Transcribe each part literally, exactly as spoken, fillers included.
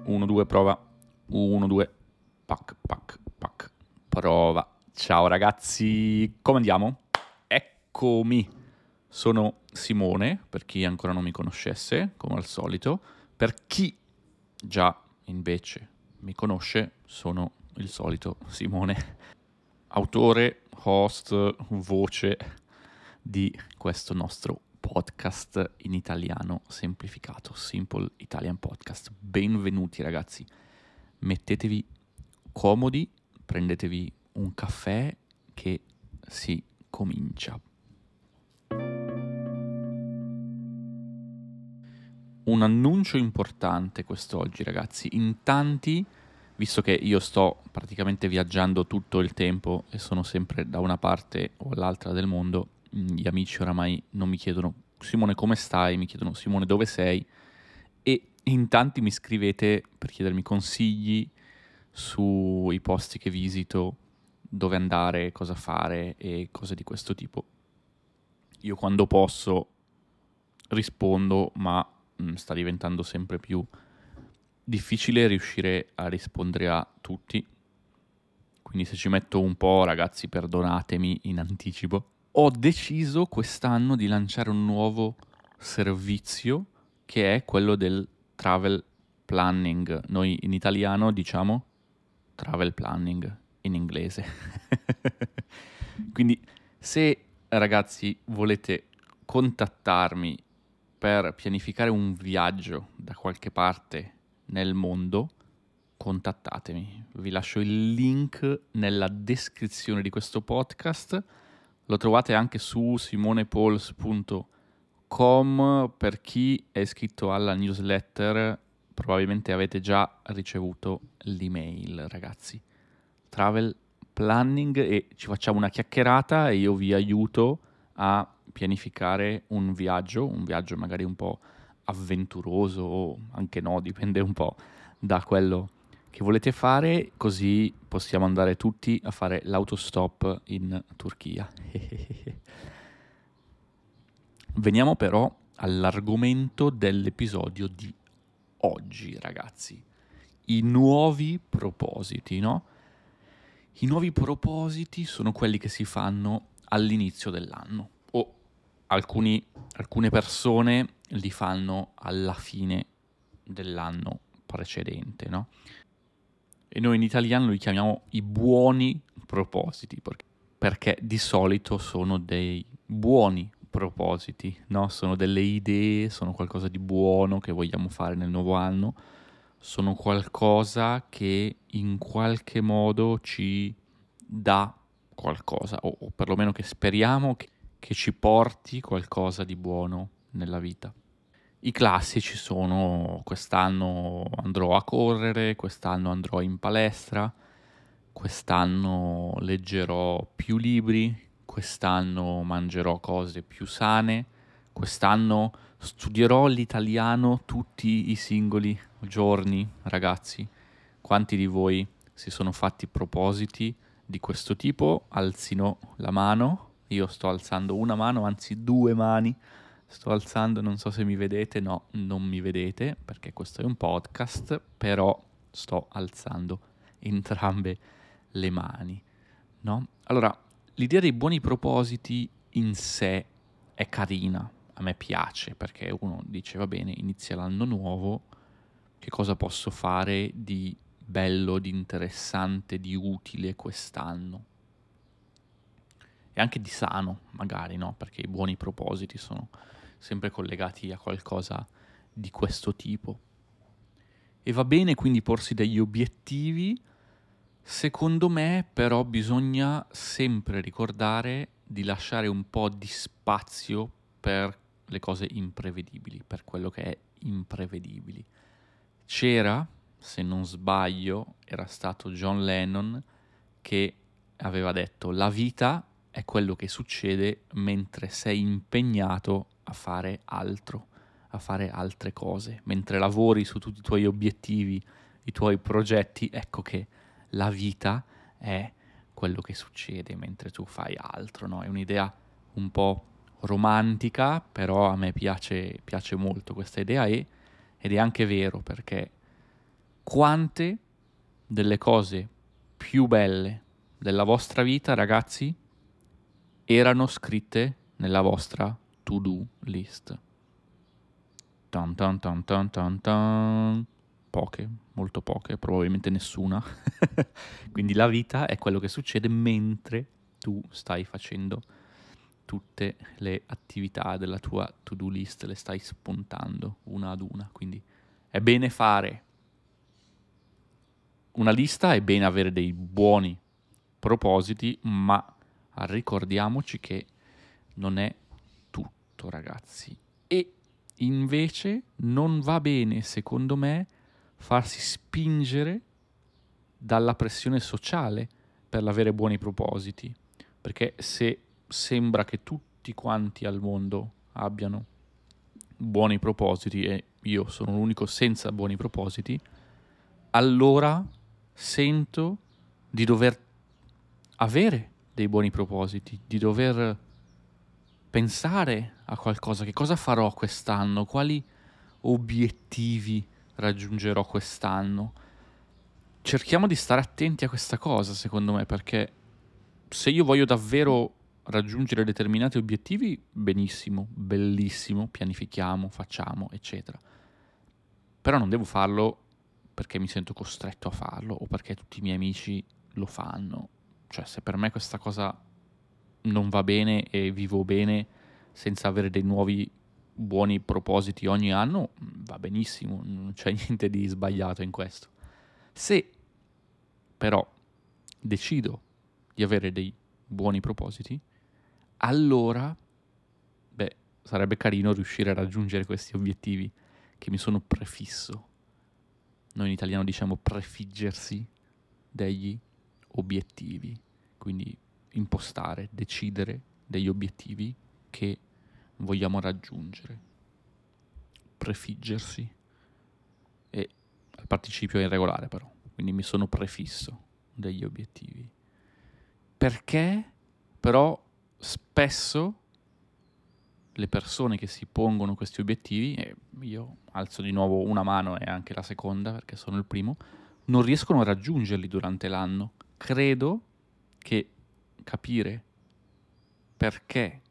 uno, due, prova. uno, due, pac, pac, pac, prova. Ciao ragazzi, come andiamo? Eccomi. Sono Simone, per chi ancora non mi conoscesse, come al solito. Per chi già invece mi conosce, sono il solito Simone, autore, host, voce di questo nostro podcast in italiano semplificato, Simple Italian Podcast. Benvenuti ragazzi, mettetevi comodi, prendetevi un caffè che si comincia. Un annuncio importante quest'oggi ragazzi, in tanti, visto che io sto praticamente viaggiando tutto il tempo e sono sempre da una parte o l'altra del mondo, gli amici oramai non mi chiedono Simone come stai, mi chiedono Simone dove sei, e in tanti mi scrivete per chiedermi consigli sui posti che visito, dove andare, cosa fare e cose di questo tipo. Io quando posso rispondo, ma mh, sta diventando sempre più difficile riuscire a rispondere a tutti, quindi se ci metto un po', ragazzi, perdonatemi in anticipo. Ho deciso quest'anno di lanciare un nuovo servizio che è quello del travel planning. Noi in italiano diciamo travel planning, in inglese. Quindi se ragazzi volete contattarmi per pianificare un viaggio da qualche parte nel mondo, contattatemi. Vi lascio il link nella descrizione di questo podcast. Lo trovate anche su simonepols punto com. Per chi è iscritto alla newsletter, probabilmente avete già ricevuto l'email, ragazzi. Travel planning, e ci facciamo una chiacchierata e io vi aiuto a pianificare un viaggio, un viaggio magari un po' avventuroso o anche no, dipende un po' da quello che volete fare, così possiamo andare tutti a fare l'autostop in Turchia. Veniamo però all'argomento dell'episodio di oggi, ragazzi. I nuovi propositi, no? I nuovi propositi sono quelli che si fanno all'inizio dell'anno, o alcuni, alcune persone li fanno alla fine dell'anno precedente, no? E noi in italiano li chiamiamo i buoni propositi, perché di solito sono dei buoni propositi, no? Sono delle idee, sono qualcosa di buono che vogliamo fare nel nuovo anno, sono qualcosa che in qualche modo ci dà qualcosa, o, o perlomeno che speriamo che, che ci porti qualcosa di buono nella vita. I classici sono: quest'anno andrò a correre, quest'anno andrò in palestra, quest'anno leggerò più libri, quest'anno mangerò cose più sane, quest'anno studierò l'italiano tutti i singoli giorni, ragazzi. Quanti di voi si sono fatti propositi di questo tipo? Alzino la mano. Io sto alzando una mano, anzi due mani. Sto alzando, non so se mi vedete, no, non mi vedete perché questo è un podcast, però sto alzando entrambe le mani, no? Allora, l'idea dei buoni propositi in sé è carina, a me piace, perché uno dice, va bene, inizia l'anno nuovo, che cosa posso fare di bello, di interessante, di utile quest'anno? E anche di sano, magari, no? Perché i buoni propositi sono sempre collegati a qualcosa di questo tipo. E va bene quindi porsi degli obiettivi. Secondo me però bisogna sempre ricordare di lasciare un po' di spazio per le cose imprevedibili, per quello che è imprevedibili. C'era, se non sbaglio, era stato John Lennon che aveva detto: la vita è quello che succede mentre sei impegnato a fare altro, a fare altre cose. Mentre lavori su tutti i tuoi obiettivi, i tuoi progetti, ecco che la vita è quello che succede mentre tu fai altro, no? È un'idea un po' romantica, però a me piace, piace molto questa idea, e, ed è anche vero, perché quante delle cose più belle della vostra vita, ragazzi, erano scritte nella vostra to-do list. Tan tan tan tan tan tan. Poche, molto poche, probabilmente nessuna. Quindi la vita è quello che succede mentre tu stai facendo tutte le attività della tua to-do list, le stai spuntando una ad una. Quindi è bene fare una lista, è bene avere dei buoni propositi, ma ricordiamoci che non è tutto, ragazzi. E invece non va bene, secondo me, farsi spingere dalla pressione sociale per l'avere buoni propositi, perché se sembra che tutti quanti al mondo abbiano buoni propositi e io sono l'unico senza buoni propositi, allora sento di dover avere dei buoni propositi, di dover pensare a qualcosa, che cosa farò quest'anno, quali obiettivi raggiungerò quest'anno. Cerchiamo di stare attenti a questa cosa, secondo me, perché se io voglio davvero raggiungere determinati obiettivi, benissimo, bellissimo, pianifichiamo, facciamo, eccetera. Però non devo farlo perché mi sento costretto a farlo o perché tutti i miei amici lo fanno. Cioè, se per me questa cosa non va bene e vivo bene senza avere dei nuovi buoni propositi ogni anno, va benissimo, non c'è niente di sbagliato in questo. Se però decido di avere dei buoni propositi, allora, beh, sarebbe carino riuscire a raggiungere questi obiettivi che mi sono prefisso. Noi in italiano diciamo prefiggersi degli obiettivi, quindi impostare, decidere degli obiettivi che vogliamo raggiungere. Prefiggersi. E il participio è irregolare però, quindi mi sono prefisso degli obiettivi. Perché però spesso le persone che si pongono questi obiettivi, e io alzo di nuovo una mano e anche la seconda perché sono il primo, non riescono a raggiungerli durante l'anno. Credo che capire perché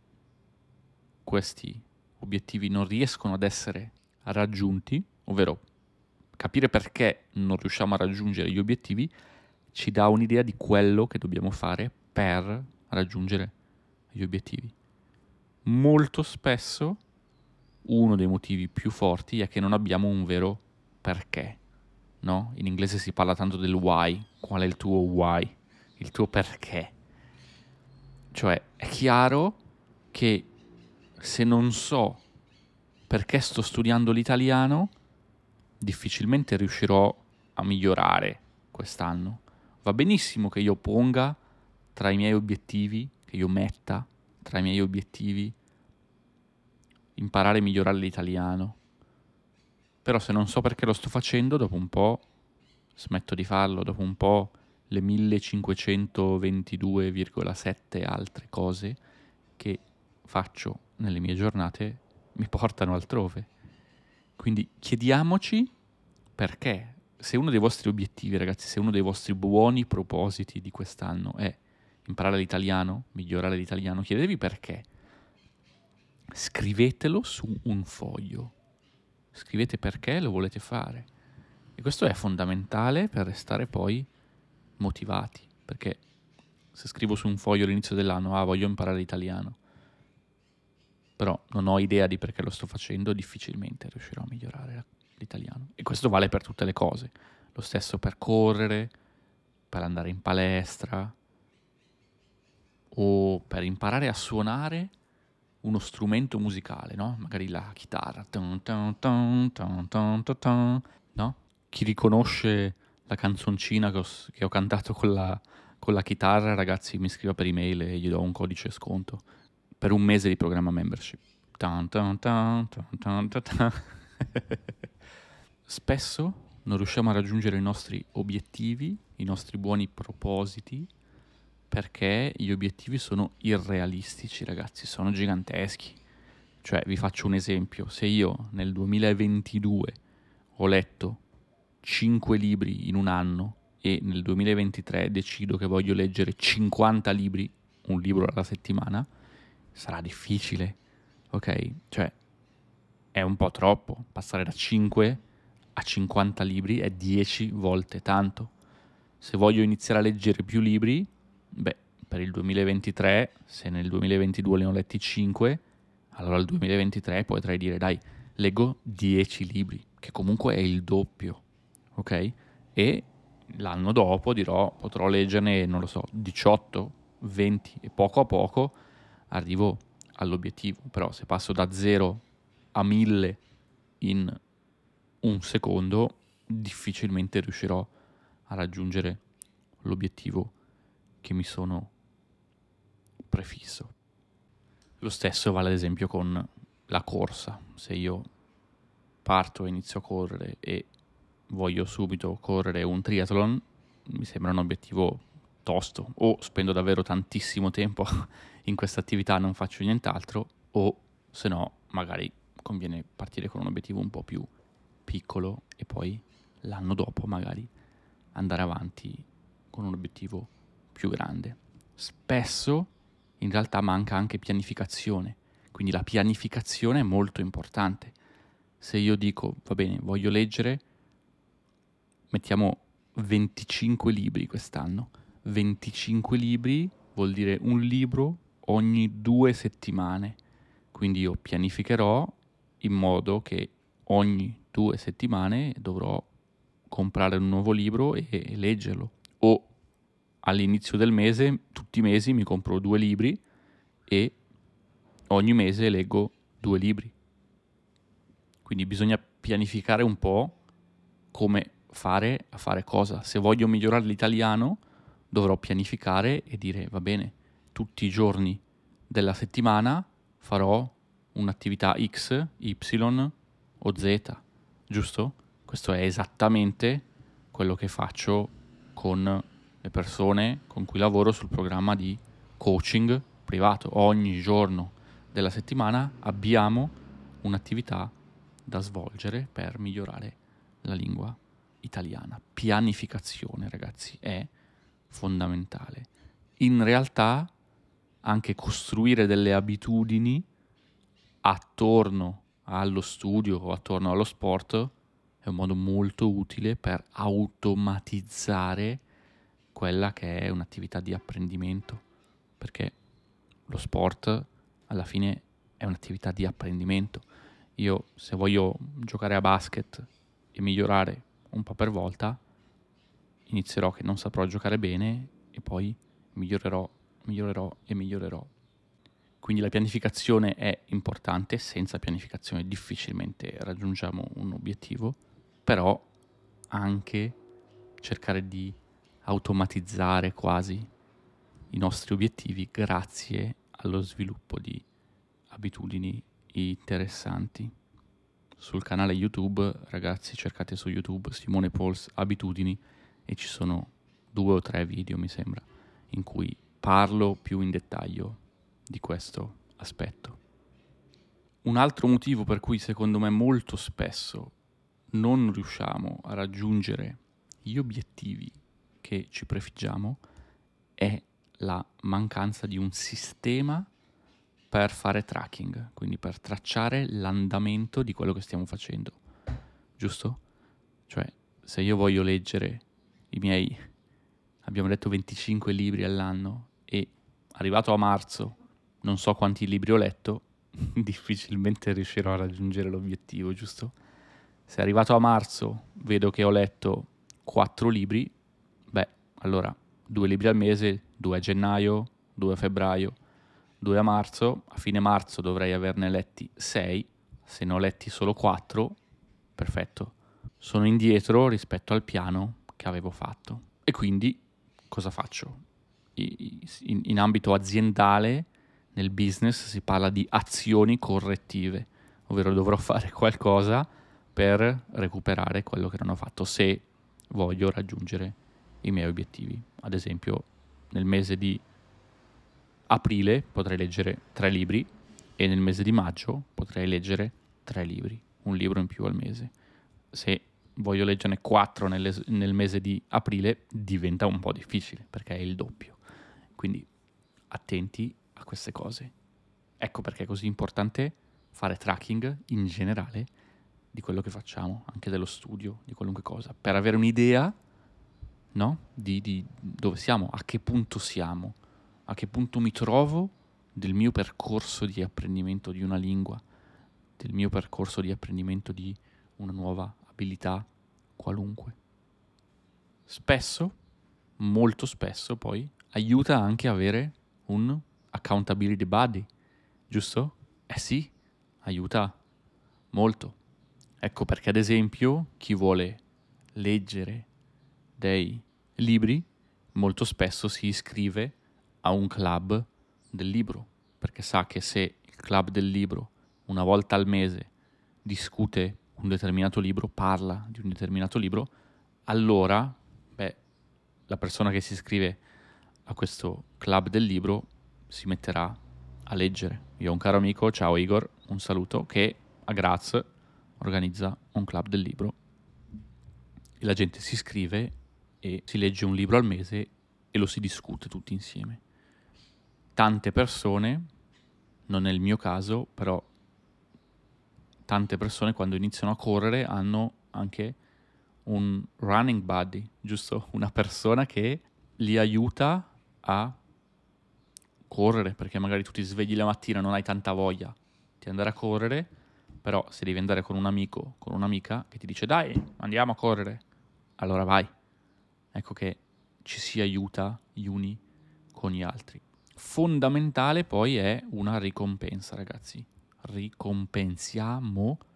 questi obiettivi non riescono ad essere raggiunti, ovvero capire perché non riusciamo a raggiungere gli obiettivi, ci dà un'idea di quello che dobbiamo fare per raggiungere gli obiettivi. Molto spesso uno dei motivi più forti è che non abbiamo un vero perché, no? In inglese si parla tanto del why. Qual è il tuo why? Il tuo perché? Cioè, è chiaro che se non so perché sto studiando l'italiano, difficilmente riuscirò a migliorare quest'anno. Va benissimo che io ponga tra i miei obiettivi, che io metta tra i miei obiettivi imparare e migliorare l'italiano. Però se non so perché lo sto facendo, dopo un po' smetto di farlo, dopo un po' le millecinquecentoventidue virgola sette altre cose che faccio nelle mie giornate mi portano altrove. Quindi chiediamoci perché. Se uno dei vostri obiettivi, ragazzi, se uno dei vostri buoni propositi di quest'anno è imparare l'italiano, migliorare l'italiano, chiedetevi perché. Scrivetelo su un foglio. Scrivete perché lo volete fare. E questo è fondamentale per restare poi motivati. Perché se scrivo su un foglio all'inizio dell'anno, ah, voglio imparare l'italiano, però non ho idea di perché lo sto facendo, difficilmente riuscirò a migliorare l'italiano. E questo vale per tutte le cose. Lo stesso per correre, per andare in palestra o per imparare a suonare uno strumento musicale, no? Magari la chitarra. No? Chi riconosce la canzoncina che ho, che ho cantato con la, con la chitarra, ragazzi, mi scriva per email e gli do un codice sconto per un mese di programma membership. Tan, tan, tan, tan, tan, tan, tan. Spesso non riusciamo a raggiungere i nostri obiettivi, i nostri buoni propositi, perché gli obiettivi sono irrealistici, ragazzi, sono giganteschi. Cioè, vi faccio un esempio. Se io nel duemilaventidue ho letto cinque libri in un anno e nel duemilaventitré decido che voglio leggere cinquanta libri, un libro alla settimana, sarà difficile, ok? Cioè, è un po' troppo. Passare da cinque a cinquanta libri è dieci volte tanto. Se voglio iniziare a leggere più libri, beh, per il duemilaventitré, se nel duemilaventidue ne ho letti cinque, allora al duemilaventitré potrei dire, dai, leggo dieci libri, che comunque è il doppio, ok? E l'anno dopo dirò, potrò leggerne, non lo so, diciotto, venti e poco a poco arrivo all'obiettivo. Però se passo da zero a mille in un secondo, difficilmente riuscirò a raggiungere l'obiettivo che mi sono prefisso. Lo stesso vale ad esempio con la corsa. Se io parto e inizio a correre e voglio subito correre un triathlon, mi sembra un obiettivo tosto. O spendo davvero tantissimo tempo in questa attività, non faccio nient'altro, o se no magari conviene partire con un obiettivo un po' più piccolo e poi l'anno dopo magari andare avanti con un obiettivo più grande. Spesso in realtà manca anche pianificazione, quindi la pianificazione è molto importante. Se io dico, va bene, voglio leggere, mettiamo venticinque libri quest'anno, venticinque libri vuol dire un libro ogni due settimane, quindi io pianificherò in modo che ogni due settimane dovrò comprare un nuovo libro e, e leggerlo, o all'inizio del mese, tutti i mesi mi compro due libri e ogni mese leggo due libri. Quindi bisogna pianificare un po' come fare a fare cosa. Se voglio migliorare l'italiano, dovrò pianificare e dire, va bene, tutti i giorni della settimana farò un'attività X, Y o Z, giusto? Questo è esattamente quello che faccio con le persone con cui lavoro sul programma di coaching privato. Ogni giorno della settimana abbiamo un'attività da svolgere per migliorare la lingua italiana. Pianificazione, ragazzi, è fondamentale. In realtà anche costruire delle abitudini attorno allo studio o attorno allo sport è un modo molto utile per automatizzare quella che è un'attività di apprendimento, perché lo sport alla fine è un'attività di apprendimento. Io se voglio giocare a basket e migliorare un po' per volta, inizierò che non saprò giocare bene e poi migliorerò, migliorerò e migliorerò. Quindi la pianificazione è importante, senza pianificazione difficilmente raggiungiamo un obiettivo, però anche cercare di automatizzare quasi i nostri obiettivi grazie allo sviluppo di abitudini interessanti. Sul canale YouTube, ragazzi, cercate su YouTube Simone Pauls Abitudini e ci sono due o tre video, mi sembra, in cui parlo più in dettaglio di questo aspetto. Un altro motivo per cui secondo me molto spesso non riusciamo a raggiungere gli obiettivi che ci prefiggiamo è la mancanza di un sistema per fare tracking, quindi per tracciare l'andamento di quello che stiamo facendo, giusto? Cioè, se io voglio leggere i miei, abbiamo detto venticinque libri all'anno e arrivato a marzo non so quanti libri ho letto, difficilmente riuscirò a raggiungere l'obiettivo, giusto? Se arrivato a marzo vedo che ho letto quattro libri, beh, allora due libri al mese, due a gennaio, due a febbraio, due a marzo, a fine marzo dovrei averne letti sei, se ne ho letti solo quattro, perfetto, sono indietro rispetto al piano che avevo fatto. E quindi cosa faccio? In, in ambito aziendale, nel business si parla di azioni correttive, ovvero dovrò fare qualcosa per recuperare quello che non ho fatto se voglio raggiungere i miei obiettivi. Ad esempio, nel mese di aprile potrei leggere tre libri e nel mese di maggio potrei leggere tre libri, un libro in più al mese. Se voglio leggerne quattro nel, nel mese di aprile, diventa un po' difficile perché è il doppio. Quindi attenti a queste cose. Ecco perché è così importante fare tracking in generale di quello che facciamo, anche dello studio, di qualunque cosa, per avere un'idea, no? Di, di dove siamo, a che punto siamo, a che punto mi trovo del mio percorso di apprendimento di una lingua, del mio percorso di apprendimento di una nuova abilità qualunque. Spesso, molto spesso poi, aiuta anche avere un accountability buddy, giusto? Eh sì, aiuta molto. Ecco perché ad esempio chi vuole leggere dei libri molto spesso si iscrive a un club del libro, perché sa che se il club del libro una volta al mese discute un determinato libro, parla di un determinato libro, allora, beh, la persona che si iscrive a questo club del libro si metterà a leggere. Io ho un caro amico, ciao Igor, un saluto, che a Graz organizza un club del libro e la gente si iscrive e si legge un libro al mese e lo si discute tutti insieme. Tante persone, non è il mio caso, però tante persone quando iniziano a correre hanno anche un running buddy, giusto? Una persona che li aiuta a correre, perché magari tu ti svegli la mattina e non hai tanta voglia di andare a correre, però se devi andare con un amico, con un'amica che ti dice dai, andiamo a correre, allora vai. Ecco che ci si aiuta gli uni con gli altri. Fondamentale poi è una ricompensa, ragazzi. Ricompensiamoci.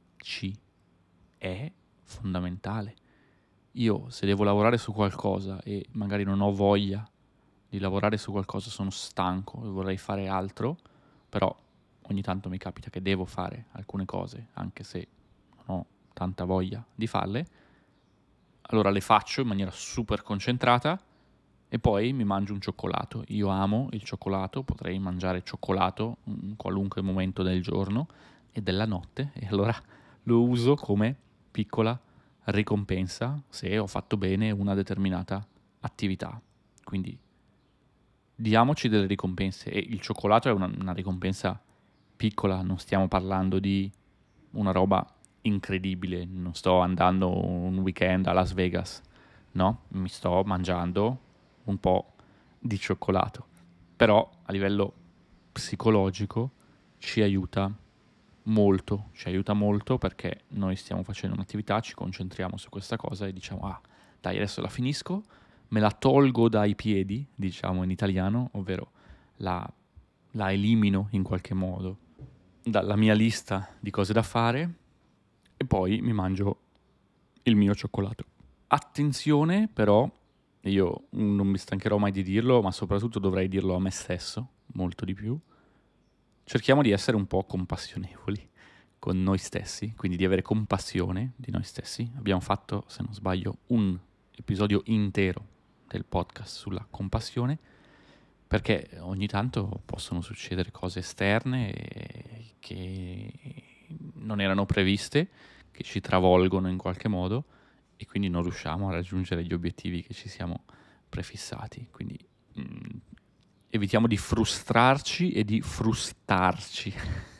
È fondamentale. Io se devo lavorare su qualcosa e magari non ho voglia di lavorare su qualcosa, sono stanco e vorrei fare altro, però ogni tanto mi capita che devo fare alcune cose, anche se non ho tanta voglia di farle, allora le faccio in maniera super concentrata e poi mi mangio un cioccolato. Io amo il cioccolato, potrei mangiare cioccolato in qualunque momento del giorno e della notte, e allora lo uso come piccola ricompensa se ho fatto bene una determinata attività. Quindi diamoci delle ricompense, e il cioccolato è una, una ricompensa piccola, non stiamo parlando di una roba incredibile, non sto andando un weekend a Las Vegas, no? Mi sto mangiando un po' di cioccolato, però a livello psicologico ci aiuta molto, ci aiuta molto perché noi stiamo facendo un'attività, ci concentriamo su questa cosa e diciamo ah, dai, adesso la finisco, me la tolgo dai piedi, diciamo in italiano, ovvero la, la elimino in qualche modo dalla mia lista di cose da fare e poi mi mangio il mio cioccolato. Attenzione però, io non mi stancherò mai di dirlo, ma soprattutto dovrei dirlo a me stesso, molto di più, cerchiamo di essere un po' compassionevoli con noi stessi, quindi di avere compassione di noi stessi. Abbiamo fatto, se non sbaglio, un episodio intero del podcast sulla compassione, perché ogni tanto possono succedere cose esterne che non erano previste, che ci travolgono in qualche modo e quindi non riusciamo a raggiungere gli obiettivi che ci siamo prefissati. Quindi mh, evitiamo di frustrarci e di frustarci.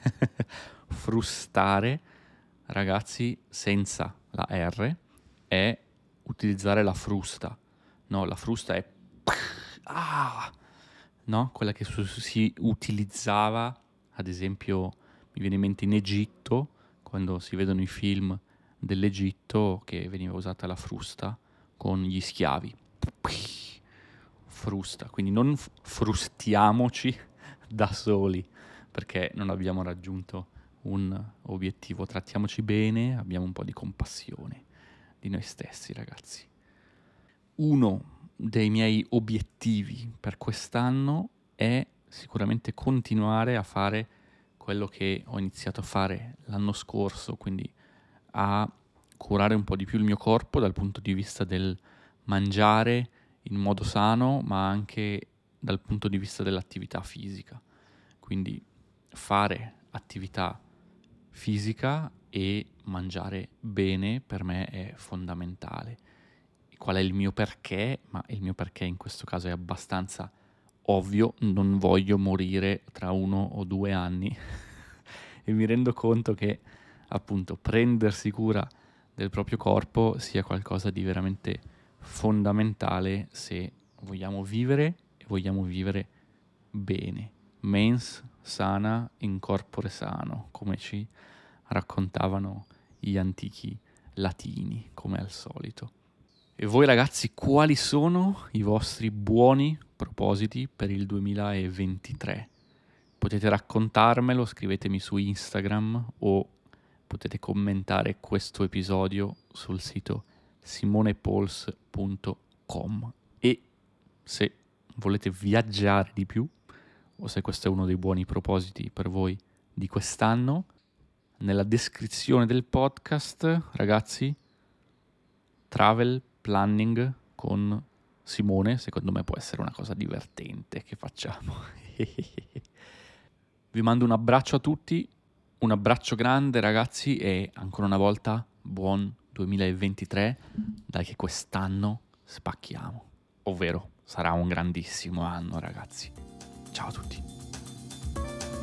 Frustare, ragazzi, senza la R, è utilizzare la frusta. No, la frusta è... Ah! No? Quella che su- si utilizzava, ad esempio, mi viene in mente in Egitto, quando si vedono i film dell'Egitto, che veniva usata la frusta con gli schiavi. Frusta, quindi non f- frustiamoci da soli, perché non abbiamo raggiunto un obiettivo. Trattiamoci bene, abbiamo un po' di compassione di noi stessi, ragazzi. Uno dei miei obiettivi per quest'anno è sicuramente continuare a fare quello che ho iniziato a fare l'anno scorso, quindi a curare un po' di più il mio corpo dal punto di vista del mangiare in modo sano, ma anche dal punto di vista dell'attività fisica. Quindi fare attività fisica e mangiare bene per me è fondamentale. Qual è il mio perché? Ma il mio perché in questo caso è abbastanza ovvio, non voglio morire tra uno o due anni e mi rendo conto che appunto prendersi cura del proprio corpo sia qualcosa di veramente fondamentale se vogliamo vivere e vogliamo vivere bene. Mens sana in corpore sano, come ci raccontavano gli antichi latini, come al solito. E voi ragazzi, quali sono i vostri buoni propositi per il duemilaventitré? Potete raccontarmelo, scrivetemi su Instagram o potete commentare questo episodio sul sito simonepols punto com. E se volete viaggiare di più, o se questo è uno dei buoni propositi per voi di quest'anno, nella descrizione del podcast, ragazzi, travel planning con Simone, secondo me può essere una cosa divertente che facciamo. Vi mando un abbraccio a tutti, un abbraccio grande ragazzi e ancora una volta buon duemilaventitré, dai che quest'anno spacchiamo, ovvero sarà un grandissimo anno ragazzi. Ciao a tutti.